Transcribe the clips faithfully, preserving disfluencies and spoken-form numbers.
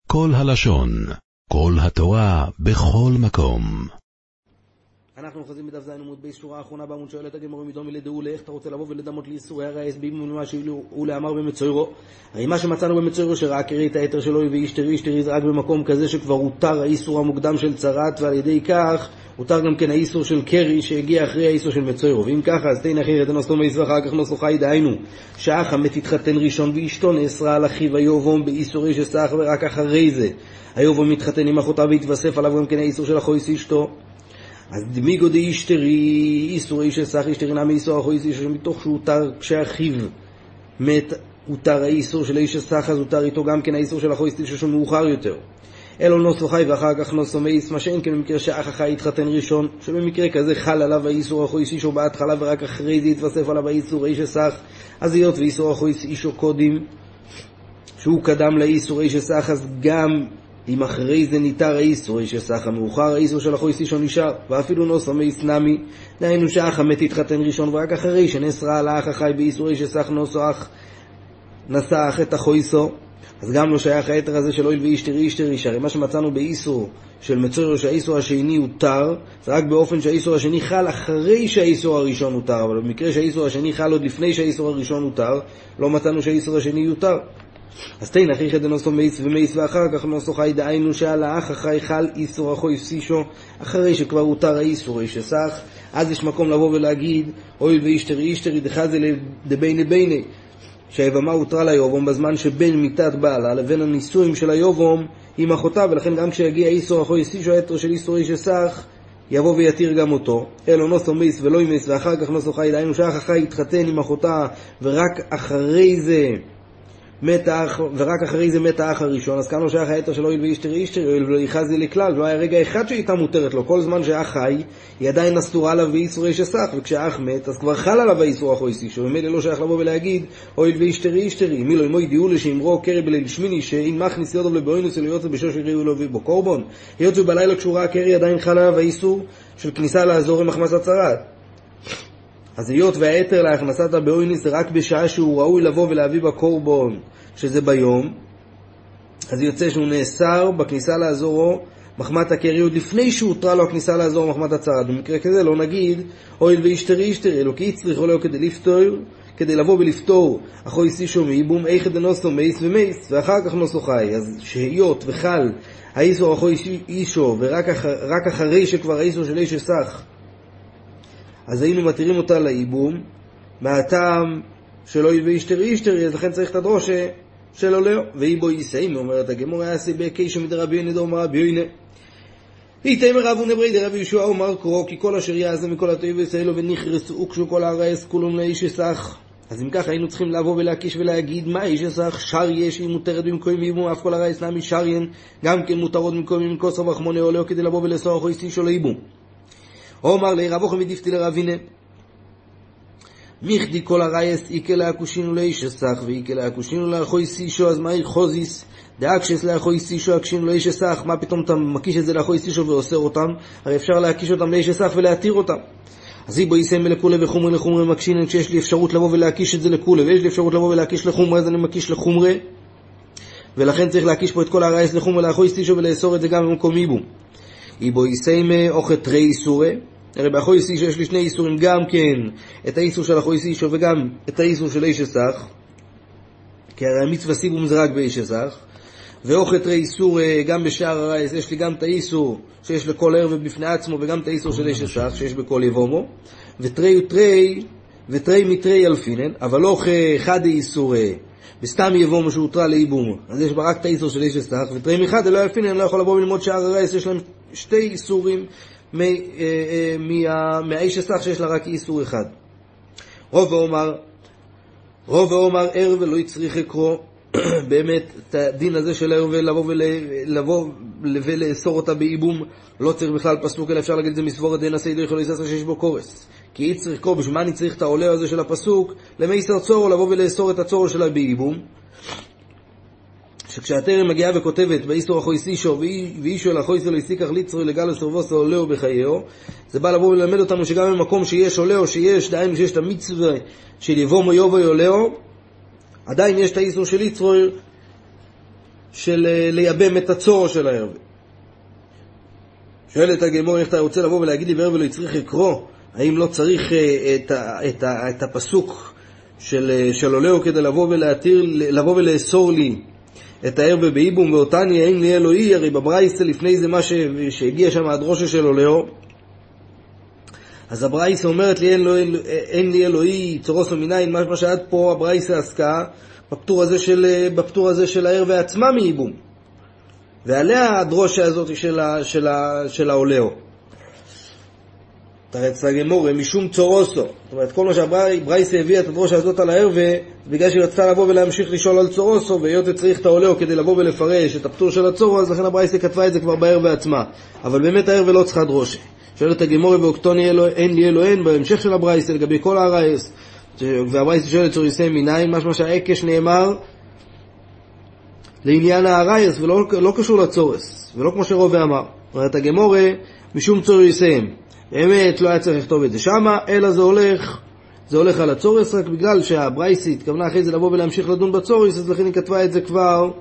כל הלשון, כל התורה, בכל מקום. אנחנו חוזרים בדף זין עמוד בייס, שורה האחרונה בעמוד. שואלת הגמרא מדומי לדעו לאיך אתה רוצה לבוא ולדמות לאיסורי הרייס באיבום ממה שהוא לאמר במצוירו. הרי מה שמצאנו במצוירו שראה קרי את היתר שלו ואישתרי אישתרי זה רק במקום כזה שכבר הותר האיסור המוקדם של צרת, ועל ידי כך הותר גם כן האיסור של קרי שהגיע אחרי האיסור של מצוירו. ואם ככה אז תין אחרת נוסו מייס ואחר כך נוסו חי, דהיינו שאח המת התחתן ראשון ואשתו נאסרה על אחיו היובום באיסורי שסח, ורק אחרי זה היובום מתחתן עם אחותה והתווסף עליו גם כן האיסור של אחויס אשתו. אז דמיגו די אישתרי, איסורי שסח אישתרי נמי איסור אחויס אשתו, מתוך שהותר כשאחיו מת הותר האיסור של איש שסח, אז הותר איתו גם כן האיסור של אחויס אשתו מאוחר יותר. אלו נוסו חי ואחר כך נוסו מייס, מה שאין כן במקרה שאח החי התחתן ראשון, שבמקרה כזה חל עליו האיסור אחויס אשתו בהתחלה ורק אחרי זה התווסף עליו האיסור איש שסח. אז היות ואיסור אחויס אשתו קודם שהוא קדם לאיסור איש שסח, אז גם אם אחרי זה ניתר האיסור איש שסח המאוחר האיסור של אחויס אשתו נשאר. ואפילו נוסו מייס נמי, דהיינו שאח המת התחתן ראשון ורק אחרי שנאסרה על האח החי באיסור איש שסח נוסו אח נשא אח את אחויסו, אז גם לא שייך היתר הזה של אויל ואישתרי אישתרי. שהרי מה שמצאנו באיסור של מצוירו שהאיסור השני הותר, זה רק באופן שהאיסור השני חל אחרי שהאיסור הראשון הותר, אבל במקרה שהאיסור השני חל עוד לפני שהאיסור הראשון הותר, לא מצאנו שהאיסור השני יותר. אז תין אחרי חד נוסו מייס ומייס ואחר כך נוסו חי, דהיינו שעל האח החי חל איסור אחויס אשתו אחרי שכבר הותר האיסור איש שסח. אז יש מקום לבוא ולהגיד אויל ואישתרי אישתרי דחזה דביני ביני, שהיבמה הותרה ליובום בזמן שבין מיתת בעלה לבין הנישואים של היובום עם אחותה, ולכן גם כשיגיע איסור אחויס אשתו היתר של איסור איש שסח יבוא ויתיר גם אותו. אלו נוסו מייס ולא מייס ואחר כך נוסו חי, דהיינו שאח החי התחתן עם אחותה ורק אחרי זה מת האח, ורק אחרי זה מת האח הראשון, אז כאן לא שייך היתר של אויל ואישתרי אישתרי, אויל ולחזי לכלל, לא היה רגע אחד שהייתה מותרת לו. כל זמן שהאח חי היא עדיין אסורה עליו ואיסור איש שסח, וכשהאח מת אז כבר חל עליו האיסור אחויס אשתו, ומילא לא שייך לבוא ולהגיד אויל ואישתרי אישתרי. מילו אם ידיעו לשאמרו קרי בליל שמיני שאין מכניס ידו לבוינוס אליוצא בשוש יריעו לו בו קורבן, היות ובלילה כשורה הקרי עדיין חל עליו האיסור של כניסה לעזור עם החמצת צרת. אז היות והיתר להכנסת הבאויניס רק בשעה שהוא ראוי לבוא ולהביא בקורבן שזה ביום, אז יוצא שהוא נאסר בכניסה לעזורו מחמת הקרי עוד לפני שהותרה לו הכניסה לעזור מחמת הצרת. במקרה כזה לא נגיד אויל ואישתרי אישתרי, אלו כי יצריך עולהו כדי לפתור, כדי לבוא ולפתור אחויס אשתו מאיבום איכא דנוסו מייס ומייס ואחר כך נוסו חי. אז שהיות וחל האיסור אחויס אשתו ורק אח, רק אחרי שכבר האיסור של איש שסח, אז היינו מתירים אותה לאיבום מהטעם של אויל ואישתרי אישתרי, אז לכן צריך את הדרושה של עולהו. ואיבו ייסאים, אומרת הגמרא, יעשה בקיישא מדרבי יונה דאמר רבי יונה איתמר רב הונא ברי דרבי יהושע אמר קרוא כי כל אשר יעשה מכל הטוב יעשה לו ונכרסו וקשו כל הרייס כולם לאיש שסח. אז אם ככה היינו צריכים לבוא ולהקיש ולהגיד מה איש שסח שריה שהיא מותרת במקום איבום, אף כל הרייס נמי שריין גם כן מותרות במקום עם כוסו וחמונה עולהו כדי לבוא ולאסור אחויס אשתו לאיבום. אומר לי רב אוחם ודיפתי לרבינה מיכדי כל הרייס איקה להקושינו לאיש שסח ואיקה להקושינו לאחויס אשתו, אז מהי חוזיס דאקשס לאחויס אשתו הקשינו לאיש שסח? מה פתאום אתה מקיש את זה לאחויס אשתו ואוסר אותם? הרי אפשר להקיש אותם לאיש שסח ולהתיר אותם. אז איבו ייסם לכולה וחומרה לחומרה מקשינן, כשיש לי אפשרות לבוא ולהקיש את זה לכולה ויש לי אפשרות לבוא ולהקיש לחומרה, אז אני מקיש לחומרה, ולכן צריך להקיש פה את כל הרייס לחומרה לאחויס אשתו ולאסור את זה גם במקום איבו. איבו ייסם אוכת רי איסורי, הרי באחויס אשתו יש לי שני איסורים, גם כן את האיסור של אחויס אשתו וגם את האיסור של איש שסח, כי הרי המצווה סיבום זה רק באיש שסח. ואוכת רי איסור גם בשאר הרייס, יש לי גם את האיסור שיש לכל ערב בפני עצמו וגם את האיסור של איש שסח שיש בכל יבומו, ותרי ותרי ותרי מתרי אלפינן, אבל לא אחד איסור בסתם יבומו שהותרה לאיבום, אז יש רק את האיסור של איש שסח, ותרי מחד אלא אלפינן לא יכול לבוא וללמוד שאר הרייס יש להם שתי איסורים מהאיש שסח שיש לה רק איסור אחד. רוב ואומר רוב ואומר ערב ולא יצריך לקרוא באמת את הדין הזה של ערב ולבוא ולבוא ולאסור אותה באיבום לא צריך בכלל פסוק, אלא אפשר להגיד את זה מסבורת דין הסיידו יכול להיססר שיש בו קורס, כי אי צריך קרוא בשביל מה אני צריך את העולה הזה של הפסוק למייסר צורו לבוא ולאסור את הצורו שלה באיבום, שכשהתרם מגיעה וכותבת באיסור אחויס אשתו ואישו אל אחויס לא יסיקח ליצרו לגל לסרבוס עולהו בחייהו, זה בא לבוא וללמד אותנו שגם במקום שיש עולהו שיש, דהיינו שיש את המצווה של יבום או יובו עולהו, עדיין יש את האיסור של ליצרו של לייבם את הצור של הערווה. שואלת הגמור, איך אתה רוצה לבוא ולהגיד לי בערווה לא צריך לקרוא? האם לא צריך את, ה, את, ה, את הפסוק של, של עולהו כדי לבוא ולהתיר, לבוא ולאסור לי את הערווה באיבום ואותני אין לי אלוהי? הרי בברייסה לפני זה מה ש, שהגיע שם הדרושה של עולהו, אז הברייסה אומרת לי אין, לא, אין, אין לי אלוהי צורוסו מניין, מה שעד פה הברייסה עסקה בפטור הזה של, בפטור הזה של הערווה עצמה מאיבום, ועליה הדרושה הזאת של, ה, של, ה, של העולהו. תרץ לגמור, משום צורוסו. זאת אומרת, כל מה שהברייסה הביאה את הדרושה הזאת על הערווה, בגלל שהיא רצתה לבוא ולהמשיך לשאול על צורוסו, והיות צריך את העולהו כדי לבוא ולפרש את הפטור של הצורו, אז לכן הברייסה כתבה את זה כבר בערווה עצמה. אבל באמת הערווה לא צריכה דרושה. שואלת הגמור, ואוקטוני אין לי אלוהן, בהמשך של הברייסה לגבי כל הרייס, והברייסה שואלת צוריסי מניין, משמע שהעקש נאמר לעניין הרייס, ולא לא קשור לצורס, ולא כמו שרובה אמר. אומרת הגמור, משום צוריסיהם. באמת לא היה צריך לכתוב את זה שמה, אלא זה הולך, זה הולך על הצורס, רק בגלל שהברייסה התכוונה אחרי זה לבוא ולהמשיך לדון בצורס, אז לכן היא כתבה את זה כבר,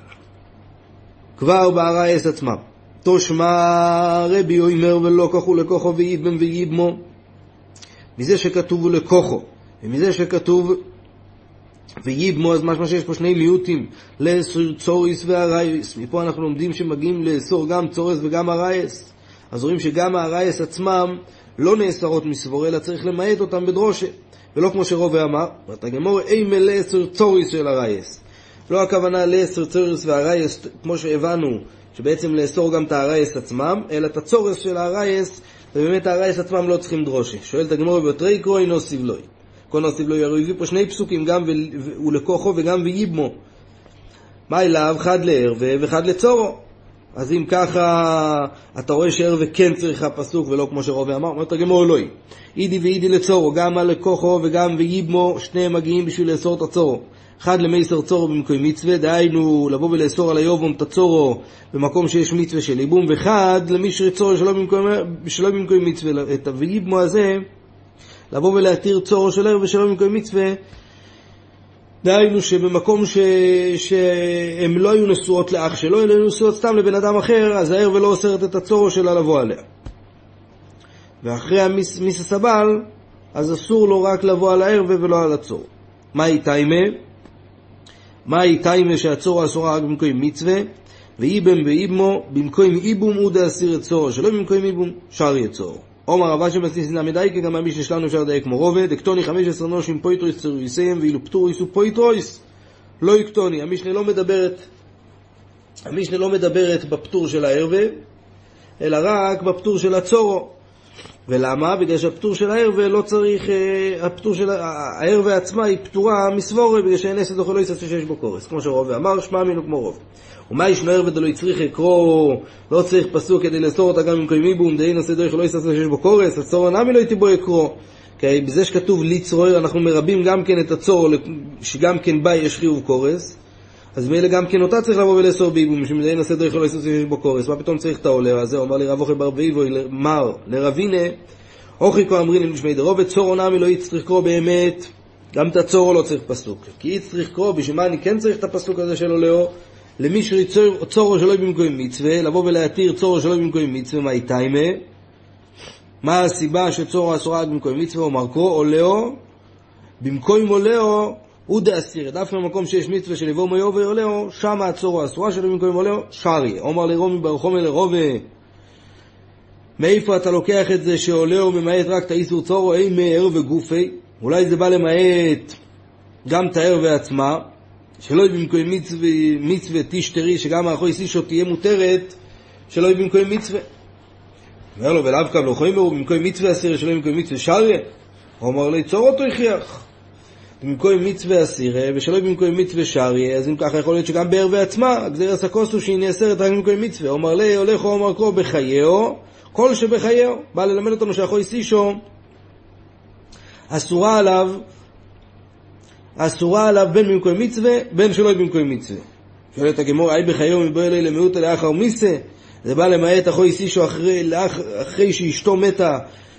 כבר בהרייס עצמה. תושמע רבי אומר ולא כוחו לכוחו ויבם ויבמו, מזה שכתוב לכוחו ומזה שכתוב ויבמו, אז משמע שיש פה שני מיעוטים, לאסור צורס והרייס. מפה אנחנו לומדים שמגיעים לאסור גם צורס וגם הרייס, אז רואים שגם הרייס עצמם לא נאסרות מסבור, אלא צריך למעט אותם בדרושה, ולא כמו שרובה אמר. ואתה גמור אימה לאסור צורס של הרייס, לא הכוונה לאסור צורס והרייס כמו שהבנו שבעצם לאסור גם את הרייס עצמם, אלא את הצורס של הרייס, ובאמת הרייס עצמם לא צריכים דרושה. שואלת הגמור, ביותרי קרוי נוסיב לוי, כל נוסיב לוי, הרי הביא פה שני פסוקים, גם ולכוחו וגם ויבמו. מה אליו? חד לערווה וחד לצורו. אז אם ככה אתה רואה שערווה כן צריכה פסוק ולא כמו שרובה אמר. אומרת הגמור אלוהי, אידי ואידי לצורו, גם על לכוחו וגם ויבמו, שניהם מגיעים בשביל לאסור את הצורו. אחד למייסר צורו במקום מצווה, דהיינו לבוא ולאסור על היובום את הצורו במקום שיש מצווה של איבום, ואחד למישרי צורו שלא במקום, שלא במקום מצווה. את הויבמו הזה לבוא ולהתיר צורו של ערווה שלא במקום מצווה, דהיינו שבמקום ש... שהם לא היו נשואות לאח שלו, אלא היו נשואות סתם לבן אדם אחר, אז הערווה לא אוסרת את הצורו שלה לבוא עליה. ואחרי המיס הסבל, אז אסור לו רק לבוא על הערווה ולא על הצורו. מה היא תיימה? מה היא תיימה שהצורו אסורה רק במקום מצווה, ואיבם ואיבמו במקום איבום הוא דאסיר את צורו, שלא במקום איבום שרי את צורו. אומר רבה שמסיס נמדי, כי גם המשנה שלנו אפשר לדייק כמו רובה, דקטוני חמש עשרה נושים פויטרויס צוריסיהם, ואילו פטוריס הוא פויטרויס, לא יקטוני. המשנה לא מדברת, המשנה לא מדברת בפטור של הערווה, אלא רק בפטור של הצורו. ולמה? בגלל שהפטור של הערווה לא צריך, הפטור של הערווה עצמה היא פטורה מסבורה, בגלל שאין עשת אוכל לא יססה שיש בו קורס, כמו שרובה אמר, שמע מינו כמו רוב. ומה ישנו ערווה דלא צריך לקרוא, לא צריך פסוק כדי לאסור אותה גם עם קוימיבום, דהין עשת אוכל לא יססה שיש בו קורס, הצור הנמי לא הייתי בו יקרוא. כי בזה שכתוב ליצרור, אנחנו מרבים גם כן את הצור, שגם כן בה יש חיוב קורס, אז מאלה גם כן אותה צריך לבוא ולאסור באיבום, שמדהין עשת אוכל לא יססה שיש בו קורס. מה פתאום צריך את העולה הזה? אומר לי רב אוכל בר ואיבו, מר לרבינה, אוכי כה אמרין למשמי דרוב, צורו נמי לא יצטריך קרוא באמת, גם את הצורו לא צריך פסוק. כי יצטריך קרוא, בשביל מה אני כן צריך את הפסוק הזה של עולהו? למי שצורו שלא במקום מצווה, לבוא ולהתיר צורו שלא במקום מצווה, מה היא תיימה? מה הסיבה שצורו אסורה במקום מצווה? אומר כה, עולהו, במקום עולהו, הוא דאסיר. דווקא במקום שיש מצווה של יבוא מיוב ועולהו, שם הצורו אסורה שלא במקום עולהו, שרי. אומר לרומי ברחום לרובה, מאיפה אתה לוקח את זה שעולהו ממעט רק את האיסור צורו, אי מאר וגופי? אולי זה בא למעט גם את הערווה עצמה, שלא יהיה במקום מצווה, מצווה תשתרי, שגם האחוי סישו תהיה מותרת, שלא יהיה במקום מצווה. אומר לו, ולאו קו לא יכולים לראות, במקום מצווה אסיר, שלא יהיה במקום מצווה שריה. הוא אומר לי, צור אותו הכריח. במקום מצווה אסיר, ושלא יהיה במקום מצווה שריה, אז אם ככה יכול להיות שגם בערווה עצמה, הגזיר הסקוסו שהיא נאסרת רק במקום מצווה. הוא אומר לי, הולך הוא אומר קרוא בחייהו, כל שבחייהו. בא ללמד אותנו שהאחוי סישו, אסורה עליו, אסורה עליו בין במקום מצווה, בין שלא במקום מצווה. שואלת הגמור, אי בחייהו מבוא אלי למיעוט לאחר מיסה, זה בא למעט אחוי סישו אחרי, אחרי שאשתו מתה,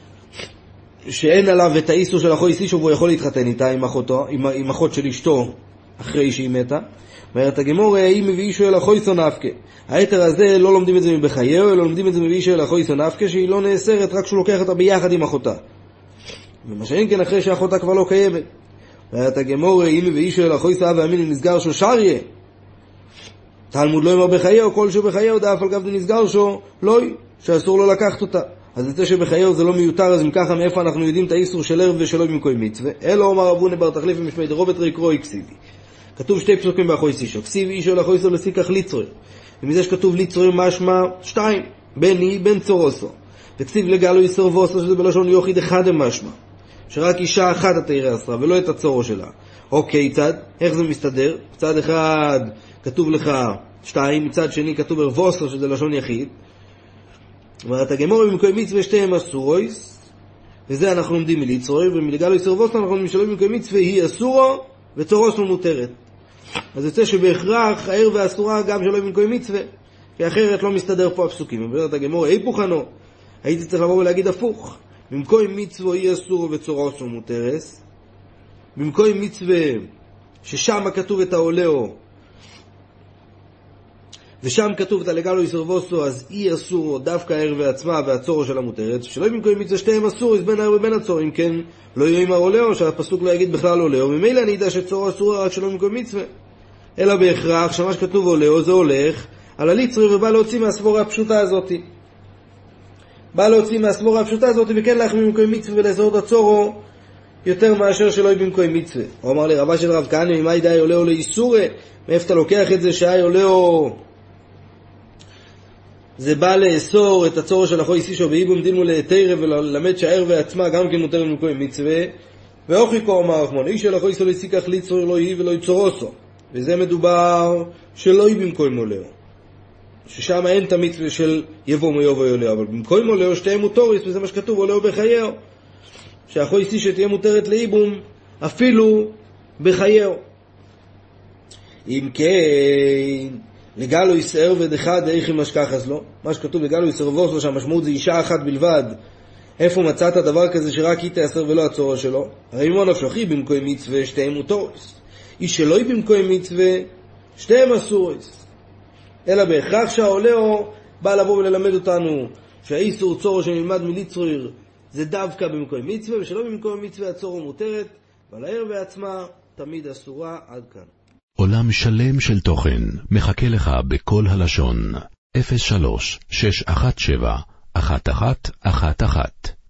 שאין עליו את האיסור של אחוי סישו, והוא יכול להתחתן איתה עם אחותו, עם, עם אחות של אשתו, אחרי שהיא מתה. אומרת הגמור, אם מביא שואל החויסו נפקה. היתר הזה לא לומדים את זה מבחייהו, אלא לומדים את זה מביא שואל החויסו נפקה, שהיא לא נאסרת רק שהוא לוקח אותה ביחד עם אחותה. ומה שאין כן אחרי שאחותה כבר לא קיימת. אומרת הגמור, אם מביא שואל החויסו אב ואמין נסגר שו שריה. תלמוד לא יאמר בחייהו, כל שהוא בחייהו דאף על גב נסגר שו לא, שאסור לו לקחת אותה. אז זה שבחייהו זה לא מיותר, אז אם ככה מאיפה אנחנו יודעים את האיסור של ערב ושלא במקום מצווה? אלא אומר אבונה בר תחליף ומשמעי דרובת ריקרוי כסיבי. כתוב שתי פסוקים באחויסישו. כסיב אישו לאחויסו לסיקח ליצרוי. ומזה שכתוב ליצרוי משמע שתיים. בין אי בין צורוסו. וכסיב לגלו יסרבוסו שזה בלשון יוחיד אחד משמע. שרק אישה אחת התאירה אסרה ולא את הצורו שלה. אוקיי, צד, איך זה מסתדר? צד אחד כתוב לך שתיים, מצד שני כתוב ארבוסו שזה לשון יחיד. אומרת הגמור במקום מצווה שתיהם אסורויס, וזה אנחנו לומדים מליצרוי, ומלגלו יסרבוסו אנחנו לומדים שלא במקום מצווה היא אסורו וצורוסו מותרת. אז יוצא שבהכרח הער והאסורה גם שלא במקום מצווה, כי אחרת לא מסתדר פה הפסוקים. אומרת הגמור, אי פוחנו, הייתי צריך לבוא ולהגיד הפוך. במקום מצווה היא אסורו וצורוסו מותרס, במקום מצווה ששם כתוב את העולהו, ושם כתוב את הלגלו יסרבוסו, אז אי אסורו דווקא הער ועצמה והצורו של המותרת, שלא במקום מצווה שתיהם אסורו, אז בין הער ובין הצור, אם כן לא יהיה עם העולהו, שהפסוק לא יגיד בכלל עולהו, וממילא אני ידע שצורו אסורו רק שלא במקום מצווה. אלא בהכרח שמה שכתוב עולהו זה הולך על הליצרי, ובא להוציא מהסבורה הפשוטה הזאת. בא להוציא מהסבורה הפשוטה הזאת, וכן להחמיא במקום מצווה ולעזור את הצורו, יותר מאשר שלא יהיה במקום מצווה. הוא אמר לי, רבה של רב כהנא, ממה ידעי עולהו לאיסורי? מאיפה אתה לוקח את זה שהי עולהו זה בא לאסור את הצורו של החוי סישו ואיבום דינו להתירה וללמד שהער ועצמה גם כן מותר במקום מצווה. ואוכי כה אמר רחמון, איש של החוי סולי סיקח ליצור לא יהי ולא יצורוסו, וזה מדובר שלא יהי במקום עולהו, ששם אין את המצווה של יבוא מיובו עולהו, אבל במקום עולהו שתהיה מותוריס, וזה מה שכתוב עולהו בחייהו, שהחוי סישו תהיה מותרת לאיבום אפילו בחייהו. אם כן לגלו יסער ודחד איך אם משכח אז לא, מה שכתוב לגלו יסערבוס לו שהמשמעות זה אישה אחת בלבד, איפה מצאת דבר כזה שרק היא תאסר ולא הצורו שלו? הרי מון נפשכי במקום מצווה שתיהם מותוריס, איש שלא היא במקום מצווה שתיהם אסוריס. אלא בהכרח שהעולהו בא לבוא וללמד אותנו שהאיסור צורו שנלמד מליצריר זה דווקא במקום מצווה, ושלא במקום מצווה הצורו מותרת, אבל הער בעצמה תמיד אסורה. עד כאן. עולם שלם של תוכן מחכה לך בכל הלשון. אפס שלוש שש אחת שבע אחת אחת אחת אחת